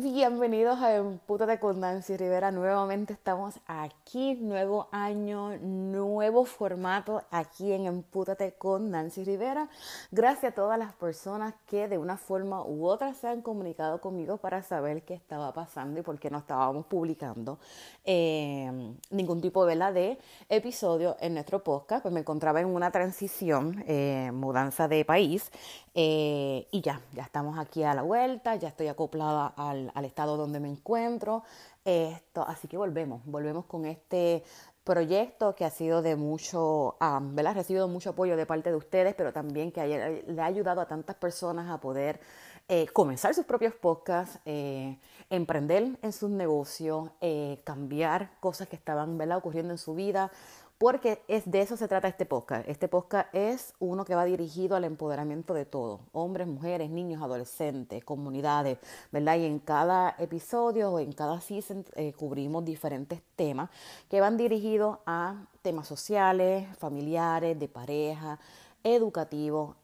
Bienvenidos a Empútate con Nancy Rivera. Nuevamente estamos aquí, nuevo año, nuevo formato aquí en Empútate con Nancy Rivera. Gracias a todas las personas que de una forma u otra se han comunicado conmigo para saber qué estaba pasando y por qué no estábamos publicando ningún tipo, ¿verdad?, de episodio en nuestro podcast. Pues me encontraba en una transición, mudanza de país. Y ya estamos aquí a la vuelta, ya estoy acoplada al estado donde me encuentro. Así que volvemos con este proyecto que ha sido de mucho, ¿verdad? Ha recibido mucho apoyo de parte de ustedes, pero también que le ha ayudado a tantas personas a poder comenzar sus propios podcasts, emprender en sus negocios, cambiar cosas que estaban, ¿verdad?, ocurriendo en su vida, porque de eso se trata este podcast. Este podcast es uno que va dirigido al empoderamiento de todos, hombres, mujeres, niños, adolescentes, comunidades, ¿verdad? Y en cada episodio o en cada season cubrimos diferentes temas que van dirigidos a temas sociales, familiares, de pareja, educativos,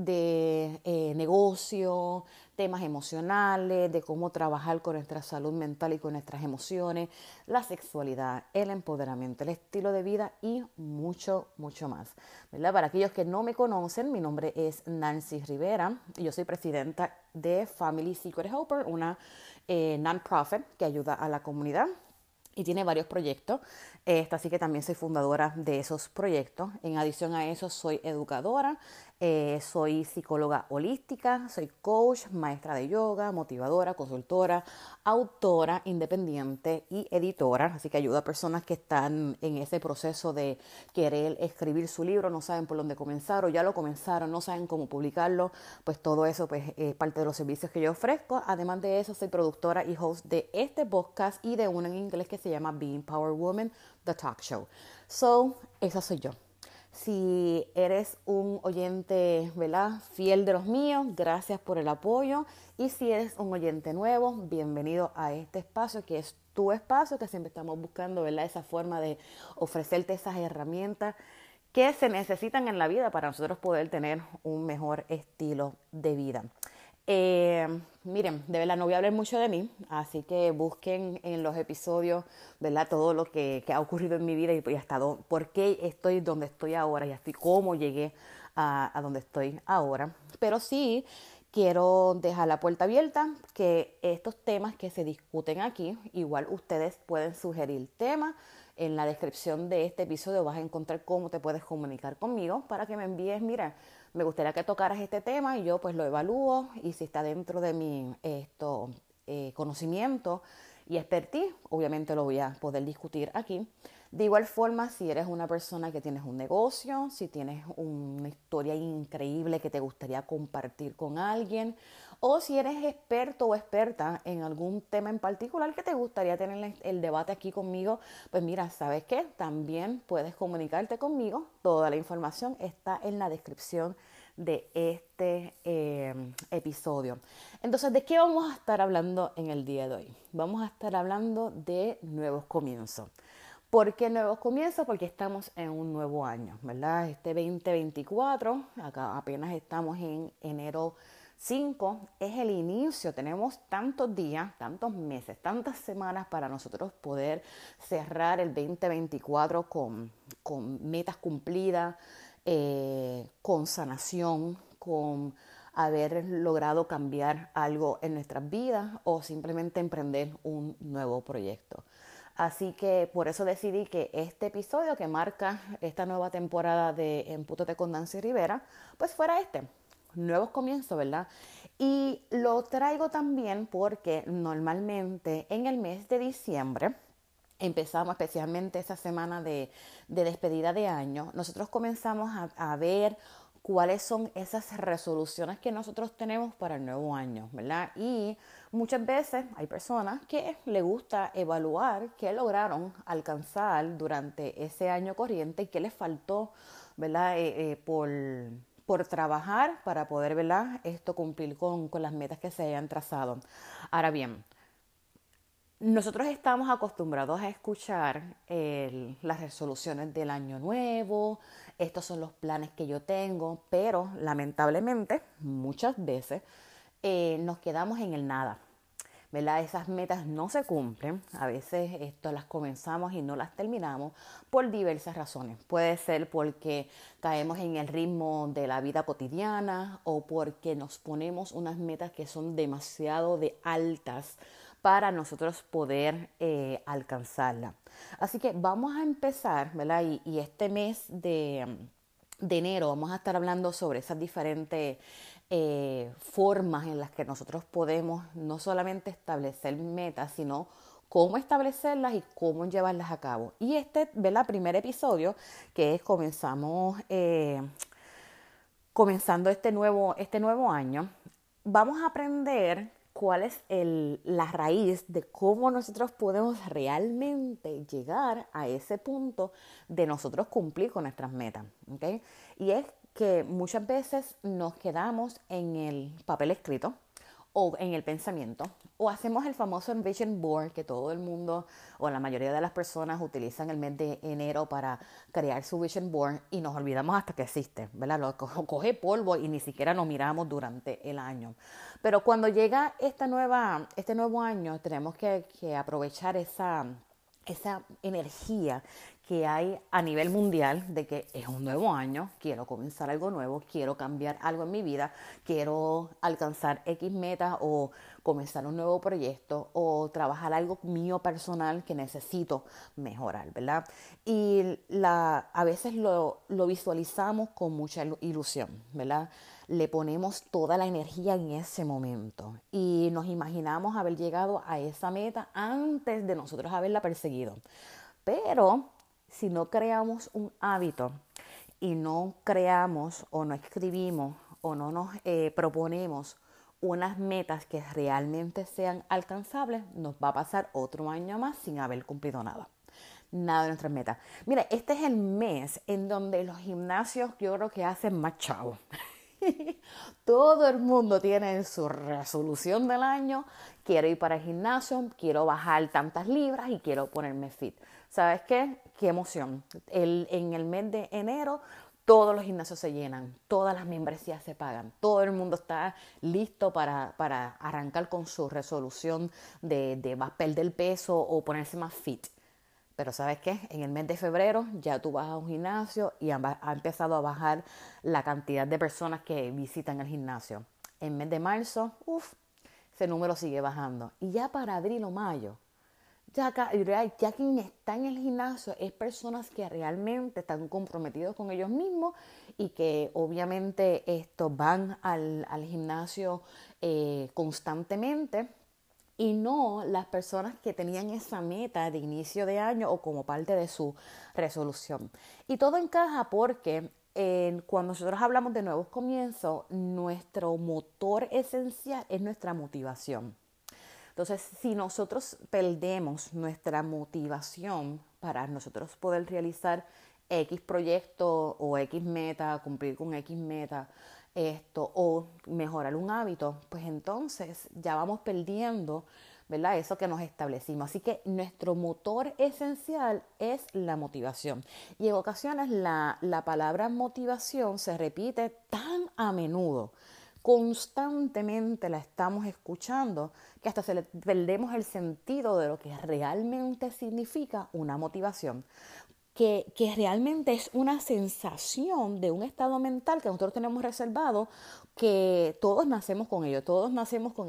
de negocio, temas emocionales, de cómo trabajar con nuestra salud mental y con nuestras emociones, la sexualidad, el empoderamiento, el estilo de vida y mucho, mucho más, ¿verdad? Para aquellos que no me conocen, mi nombre es Nancy Rivera y yo soy presidenta de Family Secret Helper, una non-profit que ayuda a la comunidad y tiene varios proyectos, así que también soy fundadora de esos proyectos. En adición a eso soy educadora, soy psicóloga holística, soy coach, maestra de yoga, motivadora, consultora, autora independiente y editora, así que ayudo a personas que están en ese proceso de querer escribir su libro, no saben por dónde comenzar o ya lo comenzaron, no saben cómo publicarlo. Pues todo eso pues, es parte de los servicios que yo ofrezco. Además de eso, soy productora y host de este podcast y de uno en inglés que se llama Being Power Woman, The Talk Show. Esa soy yo. Si eres un oyente, ¿verdad?, fiel de los míos, gracias por el apoyo. Y si eres un oyente nuevo, bienvenido a este espacio que es tu espacio, que siempre estamos buscando, ¿verdad?, esa forma de ofrecerte esas herramientas que se necesitan en la vida para nosotros poder tener un mejor estilo de vida. Miren, de verdad no voy a hablar mucho de mí, así que busquen en los episodios, ¿verdad?, todo lo que ha ocurrido en mi vida y hasta por qué estoy donde estoy ahora y así cómo llegué a donde estoy ahora. Pero sí quiero dejar la puerta abierta, que estos temas que se discuten aquí, igual ustedes pueden sugerir temas. En la descripción de este episodio vas a encontrar cómo te puedes comunicar conmigo para que me envíes, mira, me gustaría que tocaras este tema y yo pues lo evalúo y si está dentro de mi conocimiento y expertise, obviamente lo voy a poder discutir aquí. De igual forma, si eres una persona que tienes un negocio, si tienes una historia increíble que te gustaría compartir con alguien, o si eres experto o experta en algún tema en particular que te gustaría tener el debate aquí conmigo, pues mira, ¿sabes qué? También puedes comunicarte conmigo. Toda la información está en la descripción de este episodio. Entonces, ¿de qué vamos a estar hablando en el día de hoy? Vamos a estar hablando de nuevos comienzos. ¿Por qué nuevos comienzos? Porque estamos en un nuevo año, ¿verdad? Este 2024, acá apenas estamos en enero 5, es el inicio. Tenemos tantos días, tantos meses, tantas semanas para nosotros poder cerrar el 2024 con metas cumplidas, con sanación, con haber logrado cambiar algo en nuestras vidas o simplemente emprender un nuevo proyecto. Así que por eso decidí que este episodio que marca esta nueva temporada de Empútate con Nancy Rivera, pues fuera nuevos comienzos, ¿verdad? Y lo traigo también porque normalmente en el mes de diciembre, empezamos especialmente esa semana de despedida de año, nosotros comenzamos a ver cuáles son esas resoluciones que nosotros tenemos para el nuevo año, ¿verdad? Y muchas veces hay personas que les gusta evaluar qué lograron alcanzar durante ese año corriente y qué les faltó, ¿verdad?, por trabajar para poder, ¿verdad?, cumplir con las metas que se hayan trazado. Ahora bien, nosotros estamos acostumbrados a escuchar las resoluciones del año nuevo, estos son los planes que yo tengo, pero lamentablemente muchas veces nos quedamos en el nada, ¿verdad? Esas metas no se cumplen, a veces las comenzamos y no las terminamos por diversas razones. Puede ser porque caemos en el ritmo de la vida cotidiana o porque nos ponemos unas metas que son demasiado de altas para nosotros poder alcanzarla. Así que vamos a empezar, ¿verdad? Y este mes de enero vamos a estar hablando sobre esas diferentes formas en las que nosotros podemos no solamente establecer metas, sino cómo establecerlas y cómo llevarlas a cabo. Y este, ¿verdad? Primer episodio, que es comenzando este nuevo año, vamos a aprender cuál es la raíz de cómo nosotros podemos realmente llegar a ese punto de nosotros cumplir con nuestras metas, ¿okay? Y es que muchas veces nos quedamos en el papel escrito o en el pensamiento, o hacemos el famoso vision board que todo el mundo o la mayoría de las personas utilizan el mes de enero para crear su vision board y nos olvidamos hasta que existe, ¿verdad? Lo coge polvo y ni siquiera nos miramos durante el año. Pero cuando llega este nuevo año, tenemos que aprovechar esa energía que hay a nivel mundial de que es un nuevo año, quiero comenzar algo nuevo, quiero cambiar algo en mi vida, quiero alcanzar X meta o comenzar un nuevo proyecto o trabajar algo mío personal que necesito mejorar, ¿verdad? Y a veces lo visualizamos con mucha ilusión, ¿verdad? Le ponemos toda la energía en ese momento y nos imaginamos haber llegado a esa meta antes de nosotros haberla perseguido. Pero si no creamos un hábito y no creamos o no escribimos o no nos proponemos unas metas que realmente sean alcanzables, nos va a pasar otro año más sin haber cumplido nada de nuestras metas. Mira, este es el mes en donde los gimnasios yo creo que hacen más chavos. Todo el mundo tiene en su resolución del año, quiero ir para el gimnasio, quiero bajar tantas libras y quiero ponerme fit. ¿Sabes qué? Qué emoción. En el mes de enero todos los gimnasios se llenan, todas las membresías se pagan, todo el mundo está listo para arrancar con su resolución de perder peso o ponerse más fit. Pero ¿sabes qué? En el mes de febrero ya tú vas a un gimnasio y ha empezado a bajar la cantidad de personas que visitan el gimnasio. En el mes de marzo, ese número sigue bajando. Y ya para abril o mayo, ya quien está en el gimnasio es personas que realmente están comprometidos con ellos mismos y que obviamente van al gimnasio constantemente. Y no las personas que tenían esa meta de inicio de año o como parte de su resolución. Y todo encaja porque cuando nosotros hablamos de nuevos comienzos, nuestro motor esencial es nuestra motivación. Entonces, si nosotros perdemos nuestra motivación para nosotros poder realizar X proyecto o X meta, cumplir con X meta, o mejorar un hábito, pues entonces ya vamos perdiendo, ¿verdad? Eso que nos establecimos. Así que nuestro motor esencial es la motivación. Y en ocasiones la palabra motivación se repite tan a menudo, constantemente la estamos escuchando, que hasta se le perdemos el sentido de lo que realmente significa una motivación. Que realmente es una sensación de un estado mental que nosotros tenemos reservado, que todos nacemos con ello, todos nacemos con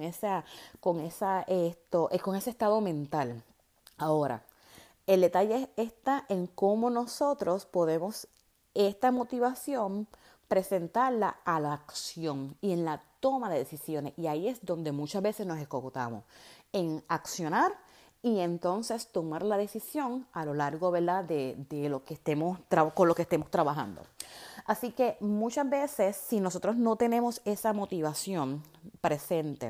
ese estado mental. Ahora, el detalle está en cómo nosotros podemos esta motivación presentarla a la acción y en la toma de decisiones. Y ahí es donde muchas veces nos escogotamos, en accionar y entonces tomar la decisión a lo largo, ¿verdad?, de lo que con lo que estemos trabajando. Así que muchas veces, si nosotros no tenemos esa motivación presente,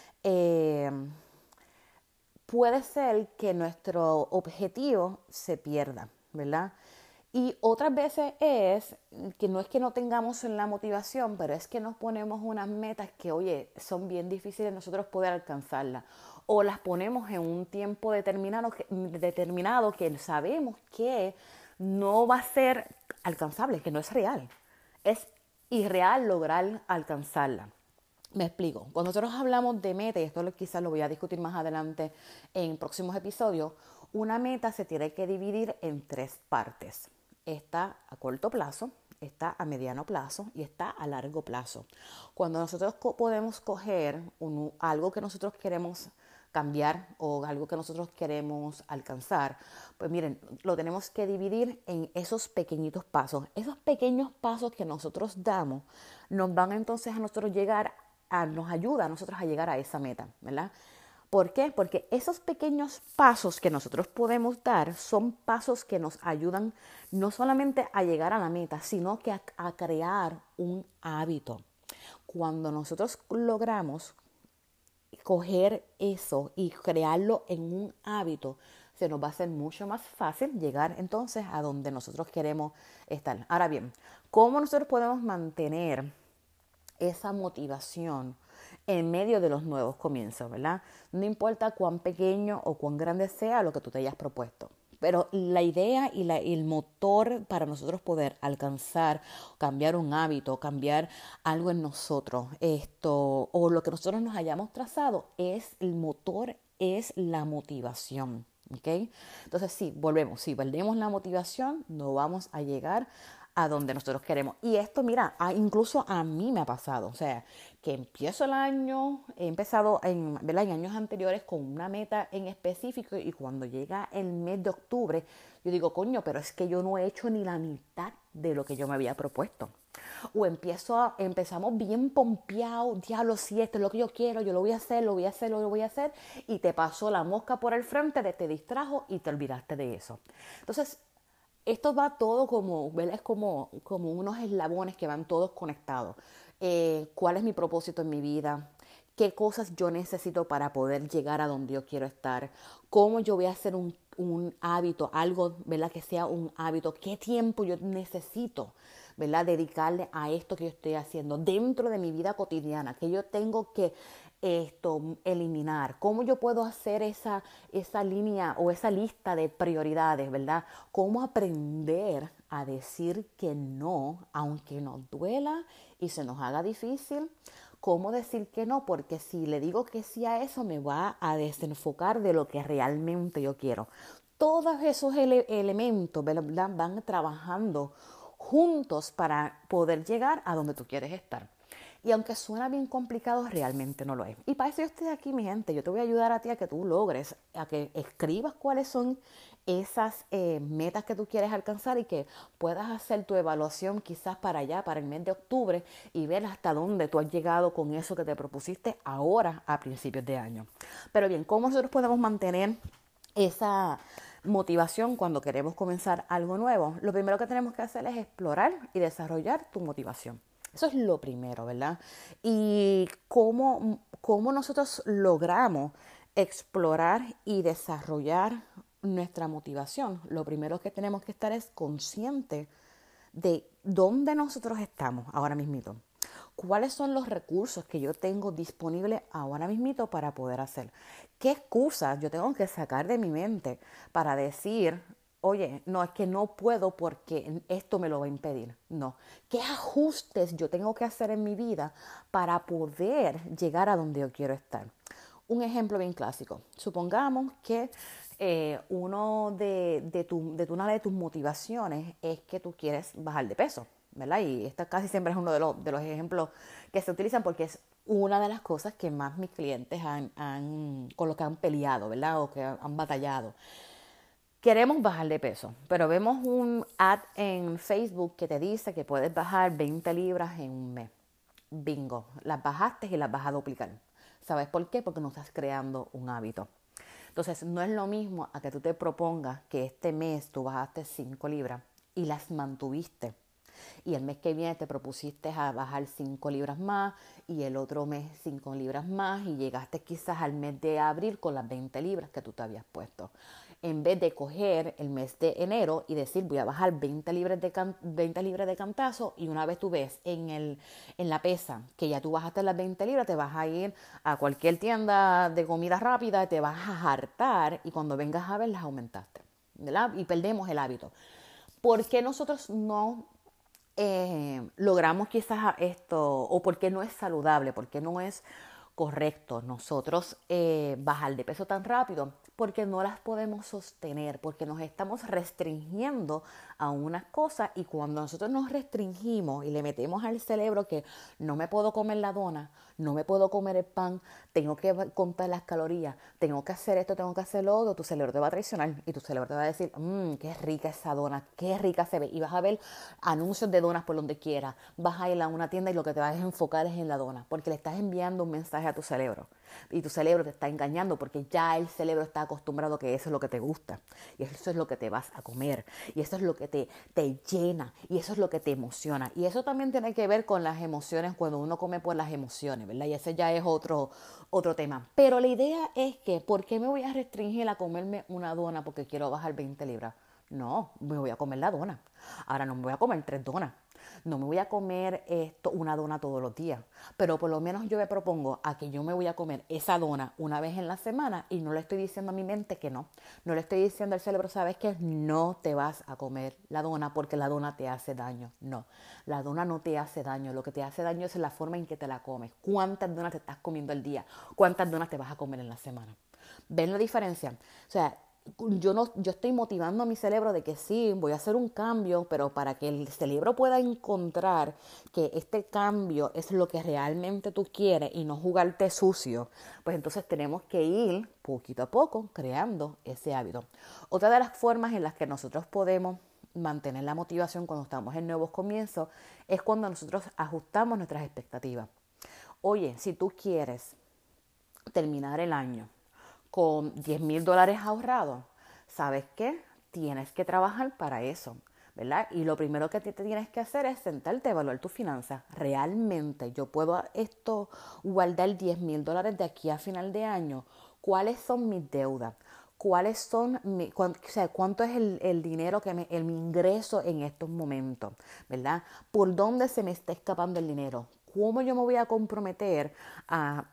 puede ser que nuestro objetivo se pierda, ¿verdad? Y otras veces es que no tengamos la motivación, pero es que nos ponemos unas metas que, oye, son bien difíciles nosotros poder alcanzarlas. O las ponemos en un tiempo determinado que sabemos que no va a ser alcanzable, que no es real. Es irreal lograr alcanzarla. Me explico. Cuando nosotros hablamos de meta, y esto quizás lo voy a discutir más adelante en próximos episodios, una meta se tiene que dividir en tres partes. Está a corto plazo, está a mediano plazo y está a largo plazo. Cuando nosotros podemos coger algo que nosotros queremos cambiar o algo que nosotros queremos alcanzar, pues miren, lo tenemos que dividir en esos pequeñitos pasos. Esos pequeños pasos que nosotros damos nos van entonces a nosotros nos ayuda a nosotros a llegar a esa meta, ¿verdad? ¿Por qué? Porque esos pequeños pasos que nosotros podemos dar son pasos que nos ayudan no solamente a llegar a la meta, sino que a crear un hábito. Cuando nosotros logramos coger eso y crearlo en un hábito, se nos va a hacer mucho más fácil llegar entonces a donde nosotros queremos estar. Ahora bien, ¿cómo nosotros podemos mantener esa motivación en medio de los nuevos comienzos, ¿verdad? No importa cuán pequeño o cuán grande sea lo que tú te hayas propuesto. Pero la idea y el motor para nosotros poder alcanzar, cambiar un hábito, cambiar algo en nosotros, o lo que nosotros nos hayamos trazado, el motor es la motivación. ¿Ok? Entonces, volvemos. Si perdemos la motivación, no vamos a llegar a donde nosotros queremos. Y esto, mira, incluso a mí me ha pasado. O sea, que empiezo el año, he empezado ¿verdad? En años anteriores con una meta en específico y cuando llega el mes de octubre, yo digo, coño, pero es que yo no he hecho ni la mitad de lo que yo me había propuesto. O empezamos bien pompeados, diablo, si esto es lo que yo quiero, yo lo voy a hacer, y te pasó la mosca por el frente, te distrajo y te olvidaste de eso. Entonces, esto va todo como, ¿verdad? Es como unos eslabones que van todos conectados. ¿Cuál es mi propósito en mi vida? ¿Qué cosas yo necesito para poder llegar a donde yo quiero estar? ¿Cómo yo voy a hacer un hábito, algo, ¿verdad? Que sea un hábito? ¿Qué tiempo yo necesito, ¿verdad? Dedicarle a esto que yo estoy haciendo dentro de mi vida cotidiana, que yo tengo que eliminar, cómo yo puedo hacer esa línea o esa lista de prioridades, ¿verdad? Cómo aprender a decir que no, aunque nos duela y se nos haga difícil. Cómo decir que no, porque si le digo que sí a eso me va a desenfocar de lo que realmente yo quiero. Todos esos elementos, ¿verdad? Van trabajando juntos para poder llegar a donde tú quieres estar. Y aunque suena bien complicado, realmente no lo es. Y para eso yo estoy aquí, mi gente. Yo te voy a ayudar a ti a que tú logres, a que escribas cuáles son esas metas que tú quieres alcanzar y que puedas hacer tu evaluación quizás para allá, para el mes de octubre, y ver hasta dónde tú has llegado con eso que te propusiste ahora a principios de año. Pero bien, ¿cómo nosotros podemos mantener esa motivación cuando queremos comenzar algo nuevo? Lo primero que tenemos que hacer es explorar y desarrollar tu motivación. Eso es lo primero, ¿verdad? Y cómo nosotros logramos explorar y desarrollar nuestra motivación. Lo primero que tenemos que estar es consciente de dónde nosotros estamos ahora mismito. ¿Cuáles son los recursos que yo tengo disponibles ahora mismito para poder hacer? ¿Qué excusas yo tengo que sacar de mi mente para decir, oye, no, es que no puedo porque esto me lo va a impedir? No. ¿Qué ajustes yo tengo que hacer en mi vida para poder llegar a donde yo quiero estar? Un ejemplo bien clásico. Supongamos que una de tus motivaciones es que tú quieres bajar de peso, ¿verdad? Y esta casi siempre es uno de los ejemplos que se utilizan porque es una de las cosas que más mis clientes con lo que han peleado, ¿verdad? O que han batallado. Queremos bajar de peso, pero vemos un ad en Facebook que te dice que puedes bajar 20 libras en un mes. Bingo, las bajaste y las vas a duplicar. ¿Sabes por qué? Porque no estás creando un hábito. Entonces, no es lo mismo a que tú te propongas que este mes tú bajaste 5 libras y las mantuviste. Y el mes que viene te propusiste a bajar 5 libras más y el otro mes 5 libras más y llegaste quizás al mes de abril con las 20 libras que tú te habías puesto. En vez de coger el mes de enero y decir voy a bajar 20 libras de cantazo y una vez tú ves en la pesa que ya tú bajaste las 20 libras, te vas a ir a cualquier tienda de comida rápida, te vas a hartar y cuando vengas a ver las aumentaste, ¿verdad? Y perdemos el hábito. ¿Por qué nosotros no logramos quizás esto, o porque no es saludable, porque no es correcto nosotros bajar de peso tan rápido, porque no las podemos sostener, porque nos estamos restringiendo a unas cosas, y cuando nosotros nos restringimos y le metemos al cerebro que no me puedo comer la dona, no me puedo comer el pan, tengo que contar las calorías, tengo que hacer esto, tengo que hacer lo otro, tu cerebro te va a traicionar y tu cerebro te va a decir, qué rica esa dona, qué rica se ve, y vas a ver anuncios de donas por donde quiera, vas a ir a una tienda y lo que te vas a enfocar es en la dona, porque le estás enviando un mensaje a tu cerebro y tu cerebro te está engañando, porque ya el cerebro está acostumbrado a que eso es lo que te gusta y eso es lo que te vas a comer y eso es lo que te llena y eso es lo que te emociona, y eso también tiene que ver con las emociones, cuando uno come por las emociones, ¿verdad? Y ese ya es otro tema, pero la idea es que ¿por qué me voy a restringir a comerme una dona porque quiero bajar 20 libras? No, me voy a comer la dona. Ahora no me voy a comer 3 donas. No me voy a comer una dona todos los días, pero por lo menos yo me propongo a que yo me voy a comer esa dona una vez en la semana, y no le estoy diciendo a mi mente que no. No le estoy diciendo al cerebro, ¿sabes qué? No te vas a comer la dona porque la dona te hace daño. No, la dona no te hace daño. Lo que te hace daño es la forma en que te la comes. ¿Cuántas donas te estás comiendo al día? ¿Cuántas donas te vas a comer en la semana? ¿Ven la diferencia? O sea, yo estoy motivando a mi cerebro de que sí, voy a hacer un cambio, pero para que el cerebro pueda encontrar que este cambio es lo que realmente tú quieres y no jugarte sucio, pues entonces tenemos que ir poquito a poco creando ese hábito. Otra de las formas en las que nosotros podemos mantener la motivación cuando estamos en nuevos comienzos es cuando nosotros ajustamos nuestras expectativas. Oye, si tú quieres terminar el año con $10,000 ahorrados, ¿sabes qué? Tienes que trabajar para eso, ¿verdad? Y lo primero que te tienes que hacer es sentarte a evaluar tus finanzas. ¿Realmente yo puedo guardar $10,000 de aquí a final de año? ¿Cuáles son mis deudas? ¿Cuáles son cuánto es el dinero mi ingreso en estos momentos? ¿Verdad? ¿Por dónde se me está escapando el dinero? ¿Cómo yo me voy a comprometer a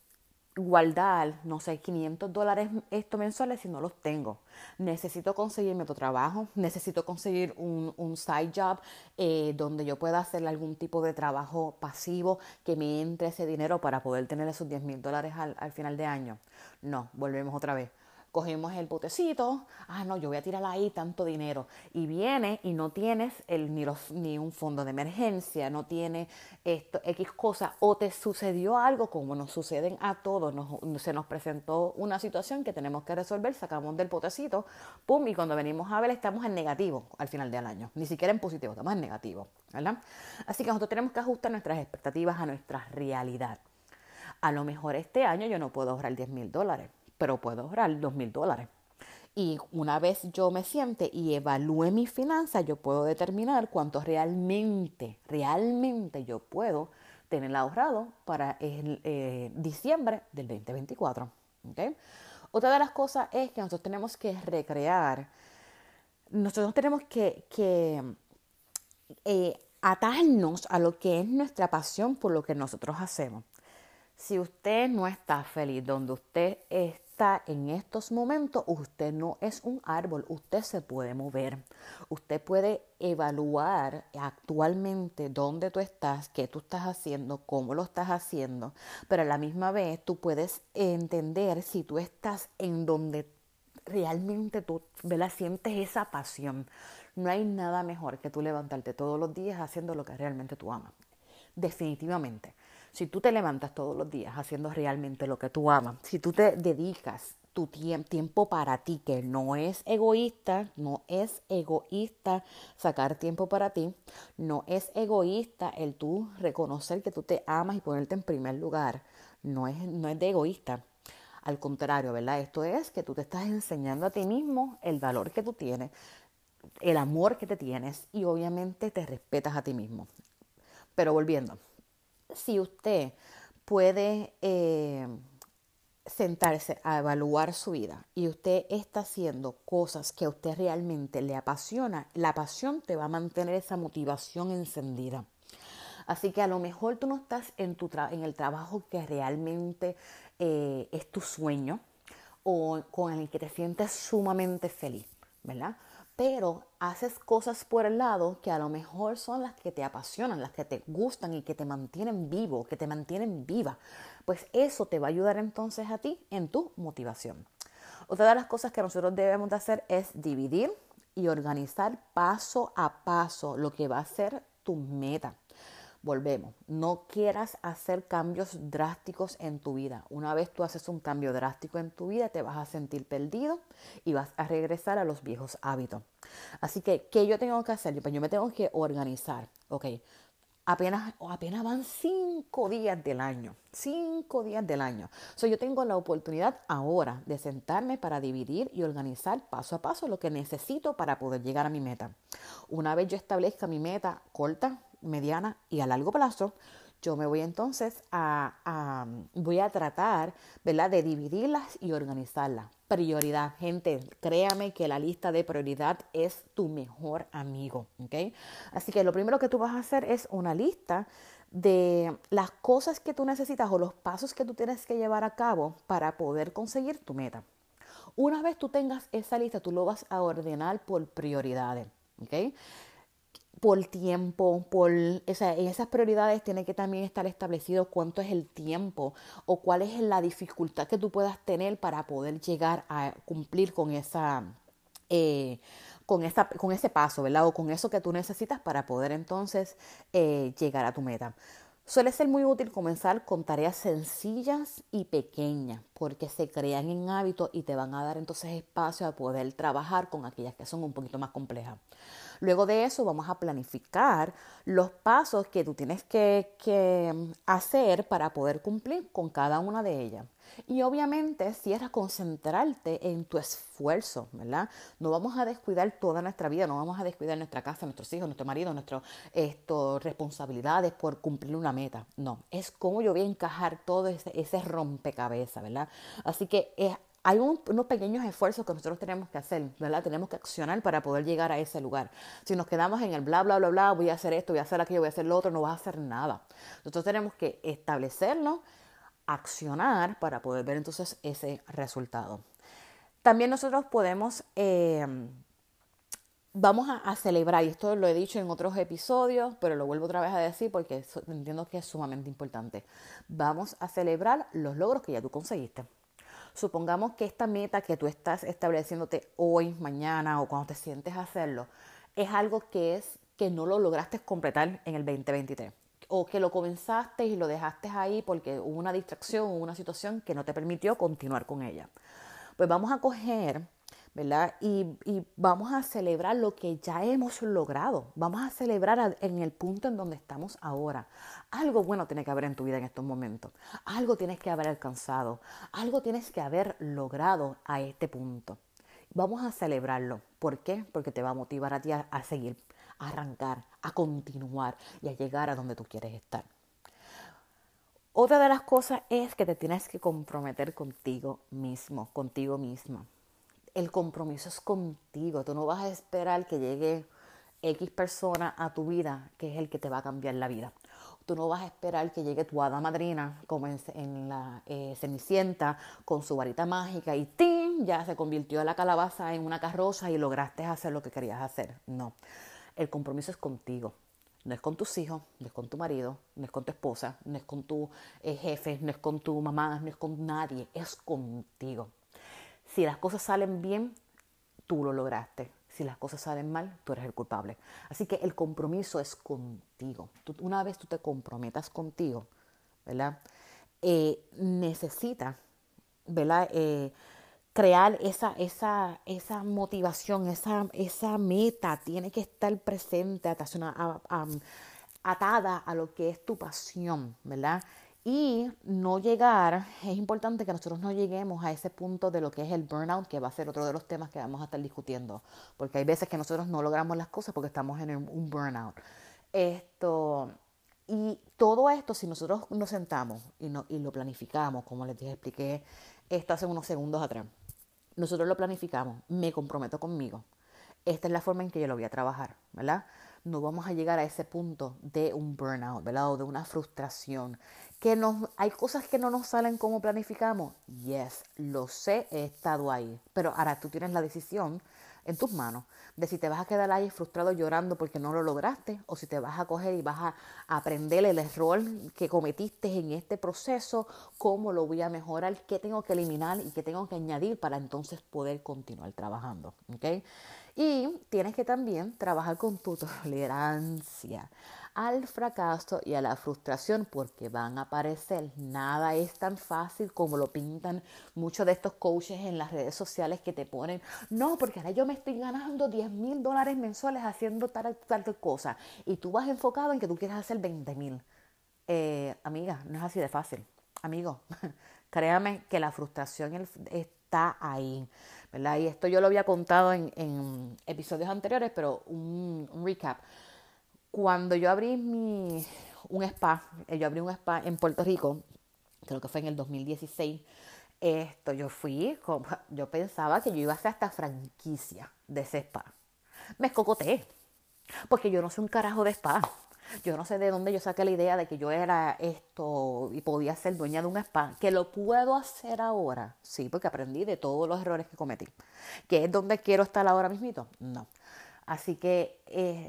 guardar, no sé, $500 mensuales si no los tengo? Necesito conseguirme otro trabajo, necesito conseguir un side job donde yo pueda hacer algún tipo de trabajo pasivo que me entre ese dinero para poder tener esos $10,000 al final de año. No, volvemos otra vez. Cogemos el potecito, no, yo voy a tirar ahí tanto dinero, y viene y no tienes ni un fondo de emergencia, no tienes X cosas, o te sucedió algo como nos suceden a todos, se nos presentó una situación que tenemos que resolver, sacamos del potecito, pum, y cuando venimos a ver estamos en negativo al final del año, ni siquiera en positivo, estamos en negativo, ¿verdad? Así que nosotros tenemos que ajustar nuestras expectativas a nuestra realidad. A lo mejor este año yo no puedo ahorrar $10,000, pero puedo ahorrar $2,000. Y una vez yo me siente y evalúe mis finanzas, yo puedo determinar cuánto realmente yo puedo tener ahorrado para diciembre del 2024. ¿Okay? Otra de las cosas es que nosotros tenemos que recrear, nosotros tenemos que atarnos a lo que es nuestra pasión por lo que nosotros hacemos. Si usted no está feliz donde usted está en estos momentos, usted no es un árbol, usted se puede mover. Usted puede evaluar actualmente dónde tú estás, qué tú estás haciendo, cómo lo estás haciendo, pero a la misma vez tú puedes entender si tú estás en donde realmente tú, ¿verdad?, sientes esa pasión. No hay nada mejor que tú levantarte todos los días haciendo lo que realmente tú amas. Definitivamente. Si tú te levantas todos los días haciendo realmente lo que tú amas, si tú te dedicas tu tiempo para ti, que no es egoísta sacar tiempo para ti, no es egoísta el tú reconocer que tú te amas y ponerte en primer lugar, no es de egoísta. Al contrario, ¿verdad? Esto es que tú te estás enseñando a ti mismo el valor que tú tienes, el amor que te tienes, y obviamente te respetas a ti mismo. Pero volviendo, si usted puede sentarse a evaluar su vida y usted está haciendo cosas que a usted realmente le apasiona, la pasión te va a mantener esa motivación encendida. Así que a lo mejor tú no estás en el trabajo que realmente es tu sueño o con el que te sientes sumamente feliz, ¿verdad? pero haces cosas por el lado que a lo mejor son las que te apasionan, las que te gustan y que te mantienen vivo, que te mantienen viva. Pues eso te va a ayudar entonces a ti en tu motivación. Otra de las cosas que nosotros debemos de hacer es dividir y organizar paso a paso lo que va a ser tu meta. Volvemos, no quieras hacer cambios drásticos en tu vida. Una vez tú haces un cambio drástico en tu vida, te vas a sentir perdido y vas a regresar a los viejos hábitos. Así que, ¿qué yo tengo que hacer? Pues yo me tengo que organizar. Ok, apenas van 5 días del año. 5 días del año. So, yo tengo la oportunidad ahora de sentarme para dividir y organizar paso a paso lo que necesito para poder llegar a mi meta. Una vez yo establezca mi meta corta, mediana y a largo plazo, yo me voy entonces voy a tratar, ¿verdad?, de dividirlas y organizarlas. Prioridad, gente, créame que la lista de prioridad es tu mejor amigo, ¿ok? Así que lo primero que tú vas a hacer es una lista de las cosas que tú necesitas o los pasos que tú tienes que llevar a cabo para poder conseguir tu meta. Una vez tú tengas esa lista, tú lo vas a ordenar por prioridades, ¿ok? Por tiempo, en esas prioridades tiene que también estar establecido cuánto es el tiempo o cuál es la dificultad que tú puedas tener para poder llegar a cumplir eh, con ese paso, ¿verdad? O con eso que tú necesitas para poder entonces llegar a tu meta. Suele ser muy útil comenzar con tareas sencillas y pequeñas porque se crean en hábitos y te van a dar entonces espacio a poder trabajar con aquellas que son un poquito más complejas. Luego de eso vamos a planificar los pasos que tú tienes que hacer para poder cumplir con cada una de ellas. Y obviamente si es concentrarte en tu esfuerzo, ¿verdad? No vamos a descuidar toda nuestra vida, no vamos a descuidar nuestra casa, nuestros hijos, nuestro marido, nuestras responsabilidades por cumplir una meta. No, es cómo yo voy a encajar todo ese rompecabezas, ¿verdad? Así que hay unos pequeños esfuerzos que nosotros tenemos que hacer, ¿verdad? Tenemos que accionar para poder llegar a ese lugar. Si nos quedamos en el bla, bla, bla, bla, voy a hacer esto, voy a hacer aquello, voy a hacer lo otro, no vas a hacer nada. Nosotros tenemos que establecerlo, accionar para poder ver entonces ese resultado. También nosotros vamos a celebrar, y esto lo he dicho en otros episodios, pero lo vuelvo otra vez a decir porque entiendo que es sumamente importante. Vamos a celebrar los logros que ya tú conseguiste. Supongamos que esta meta que tú estás estableciéndote hoy, mañana o cuando te sientes a hacerlo, es algo que no lo lograste completar en el 2023. O que lo comenzaste y lo dejaste ahí porque hubo una distracción o una situación que no te permitió continuar con ella. Pues vamos a coger, ¿verdad? Y vamos a celebrar lo que ya hemos logrado. Vamos a celebrar en el punto en donde estamos ahora. Algo bueno tiene que haber en tu vida en estos momentos. Algo tienes que haber alcanzado. Algo tienes que haber logrado a este punto. Vamos a celebrarlo. ¿Por qué? Porque te va a motivar a ti a seguir, a arrancar, a continuar y a llegar a donde tú quieres estar. Otra de las cosas es que te tienes que comprometer contigo mismo, contigo misma. El compromiso es contigo. Tú no vas a esperar que llegue X persona a tu vida, que es el que te va a cambiar la vida. Tú no vas a esperar que llegue tu hada madrina, como en la Cenicienta, con su varita mágica y ¡tim! Ya se convirtió la calabaza en una carroza y lograste hacer lo que querías hacer. No, el compromiso es contigo. No es con tus hijos, no es con tu marido, no es con tu esposa, no es con tu jefe, no es con tu mamá, no es con nadie, es contigo. Si las cosas salen bien, tú lo lograste. Si las cosas salen mal, tú eres el culpable. Así que el compromiso es contigo. Una vez tú te comprometas contigo, ¿verdad? Necesitas, ¿verdad? Crear esa motivación, esa meta tiene que estar presente, atada a lo que es tu pasión, ¿verdad? Y no llegar, es importante que nosotros no lleguemos a ese punto de lo que es el burnout, que va a ser otro de los temas que vamos a estar discutiendo, porque hay veces que nosotros no logramos las cosas porque estamos en un burnout. Y todo esto, si nosotros nos sentamos y lo planificamos, como les expliqué esto hace unos segundos atrás, nosotros lo planificamos, me comprometo conmigo. Esta es la forma en que yo lo voy a trabajar, ¿verdad? No vamos a llegar a ese punto de un burnout, ¿verdad? O de una frustración. Hay cosas que no nos salen como planificamos. Yes, lo sé, he estado ahí. Pero ahora tú tienes la decisión en tus manos, de si te vas a quedar ahí frustrado llorando porque no lo lograste, o si te vas a coger y vas a aprender el error que cometiste en este proceso, cómo lo voy a mejorar, qué tengo que eliminar y qué tengo que añadir para entonces poder continuar trabajando, ¿ok? Y tienes que también trabajar con tu tolerancia al fracaso y a la frustración, porque van a aparecer. Nada es tan fácil como lo pintan muchos de estos coaches en las redes sociales que te ponen, no, porque ahora yo me estoy ganando $10,000 mensuales haciendo tal cosa, y tú vas enfocado en que tú quieres hacer 20,000. Amiga, no es así de fácil. Amigo, créame que la frustración está ahí, ¿verdad? Y esto yo lo había contado en episodios anteriores, pero un recap. Cuando yo abrí yo abrí un spa en Puerto Rico, creo que fue en el 2016, yo pensaba que yo iba a hacer hasta franquicia de ese spa. Me escocoté, porque yo no sé un carajo de spa. Yo no sé de dónde yo saqué la idea de que yo era esto y podía ser dueña de un spa. Que lo puedo hacer ahora, sí, porque aprendí de todos los errores que cometí. ¿Que es donde quiero estar ahora mismito? No. Así que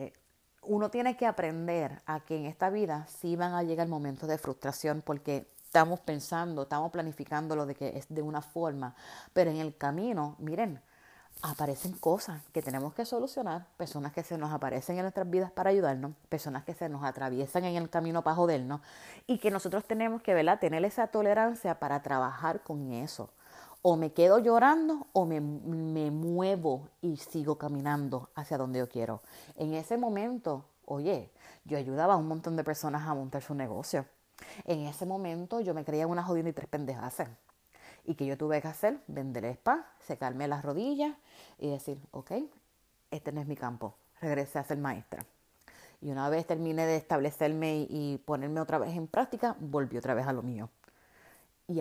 uno tiene que aprender a que en esta vida sí van a llegar momentos de frustración, porque estamos pensando, estamos planificando lo de que es de una forma, pero en el camino, miren, aparecen cosas que tenemos que solucionar, personas que se nos aparecen en nuestras vidas para ayudarnos, personas que se nos atraviesan en el camino para jodernos, y que nosotros tenemos que, ¿verdad?, tener esa tolerancia para trabajar con eso. O me quedo llorando o me muevo y sigo caminando hacia donde yo quiero. En ese momento, oye, yo ayudaba a un montón de personas a montar su negocio. En ese momento yo me creía una jodida y tres pendejas. ¿Y que yo tuve que hacer? Vender spa, secarme las rodillas y decir, ok, este no es mi campo. Regresé a ser maestra. Y una vez terminé de establecerme y ponerme otra vez en práctica, volví otra vez a lo mío. Y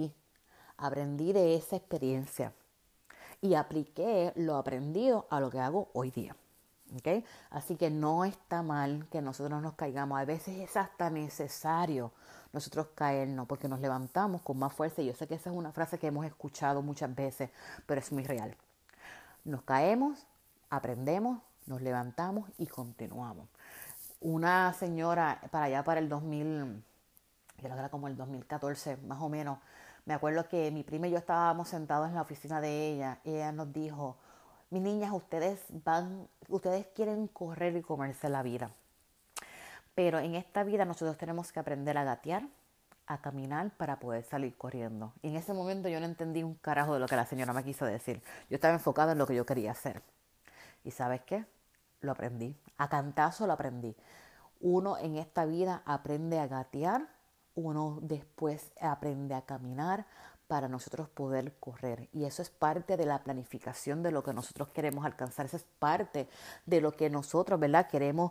aprendí de esa experiencia. Y apliqué lo aprendido a lo que hago hoy día. ¿Okay? Así que no está mal que nosotros nos caigamos. A veces es hasta necesario nosotros caernos, porque nos levantamos con más fuerza. Y yo sé que esa es una frase que hemos escuchado muchas veces, pero es muy real. Nos caemos, aprendemos, nos levantamos y continuamos. Una señora para allá para el 2000, creo que era como el 2014 más o menos, me acuerdo que mi prima y yo estábamos sentados en la oficina de ella y ella nos dijo, mis niñas, ustedes quieren correr y comerse la vida, pero en esta vida nosotros tenemos que aprender a gatear, a caminar para poder salir corriendo. Y en ese momento yo no entendí un carajo de lo que la señora me quiso decir. Yo estaba enfocada en lo que yo quería hacer. ¿Y sabes qué? Lo aprendí. A cantazo lo aprendí. Uno en esta vida aprende a gatear, uno después aprende a caminar para nosotros poder correr. Y eso es parte de la planificación de lo que nosotros queremos alcanzar. Eso es parte de lo que nosotros, ¿verdad?, queremos,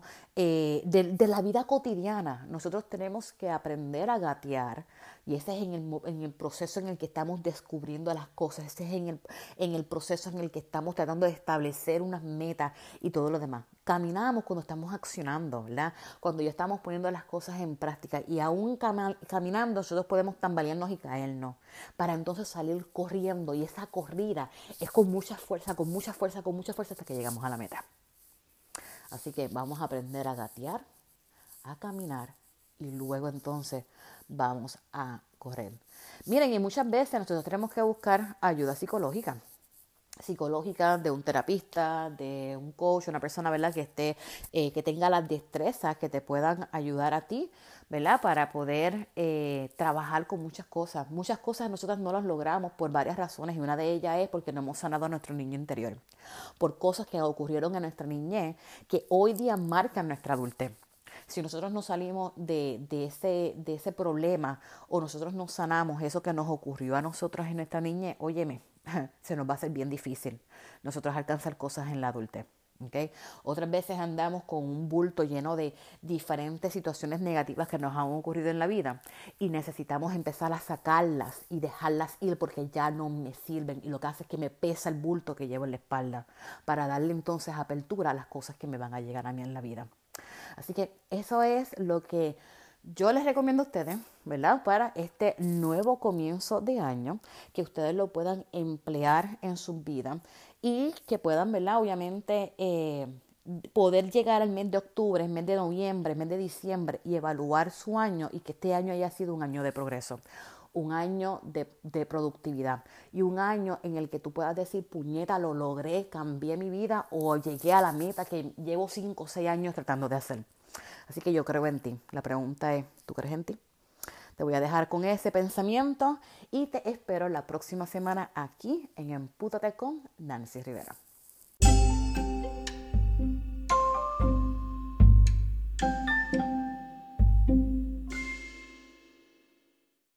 de la vida cotidiana. Nosotros tenemos que aprender a gatear. Y ese es en el proceso en el que estamos descubriendo las cosas. Ese es en el proceso en el que estamos tratando de establecer unas metas y todo lo demás. Caminamos cuando estamos accionando, ¿verdad? Cuando ya estamos poniendo las cosas en práctica. Y aún caminando nosotros podemos tambalearnos y caernos, para entonces salir corriendo. Y esa corrida es con mucha fuerza, con mucha fuerza, con mucha fuerza hasta que llegamos a la meta. Así que vamos a aprender a gatear, a caminar y luego entonces vamos a correr. Miren, y muchas veces nosotros tenemos que buscar ayuda psicológica de un terapista, de un coach, una persona, ¿verdad?, que esté, que tenga las destrezas que te puedan ayudar a ti, ¿verdad?, para poder trabajar con muchas cosas. Muchas cosas nosotras no las logramos por varias razones, y una de ellas es porque no hemos sanado a nuestro niño interior, por cosas que ocurrieron en nuestra niñez que hoy día marcan nuestra adultez. Si nosotros no salimos de ese problema, o nosotros no sanamos eso que nos ocurrió a nosotros en nuestra niñez, óyeme, se nos va a hacer bien difícil nosotros alcanzar cosas en la adultez. ¿Okay? Otras veces andamos con un bulto lleno de diferentes situaciones negativas que nos han ocurrido en la vida y necesitamos empezar a sacarlas y dejarlas ir porque ya no me sirven, y lo que hace es que me pesa el bulto que llevo en la espalda, para darle entonces apertura a las cosas que me van a llegar a mí en la vida. Así que eso es lo que yo les recomiendo a ustedes, ¿verdad?, para este nuevo comienzo de año, que ustedes lo puedan emplear en su vida y que puedan, ¿verdad? Obviamente poder llegar al mes de octubre, el mes de noviembre, el mes de diciembre y evaluar su año y que este año haya sido un año de progreso, un año de productividad y un año en el que tú puedas decir, puñeta, lo logré, cambié mi vida o llegué a la meta que llevo 5 o 6 años tratando de hacer. Así que yo creo en ti. La pregunta es, ¿tú crees en ti? Te voy a dejar con ese pensamiento y te espero la próxima semana aquí en Empútate con Nancy Rivera.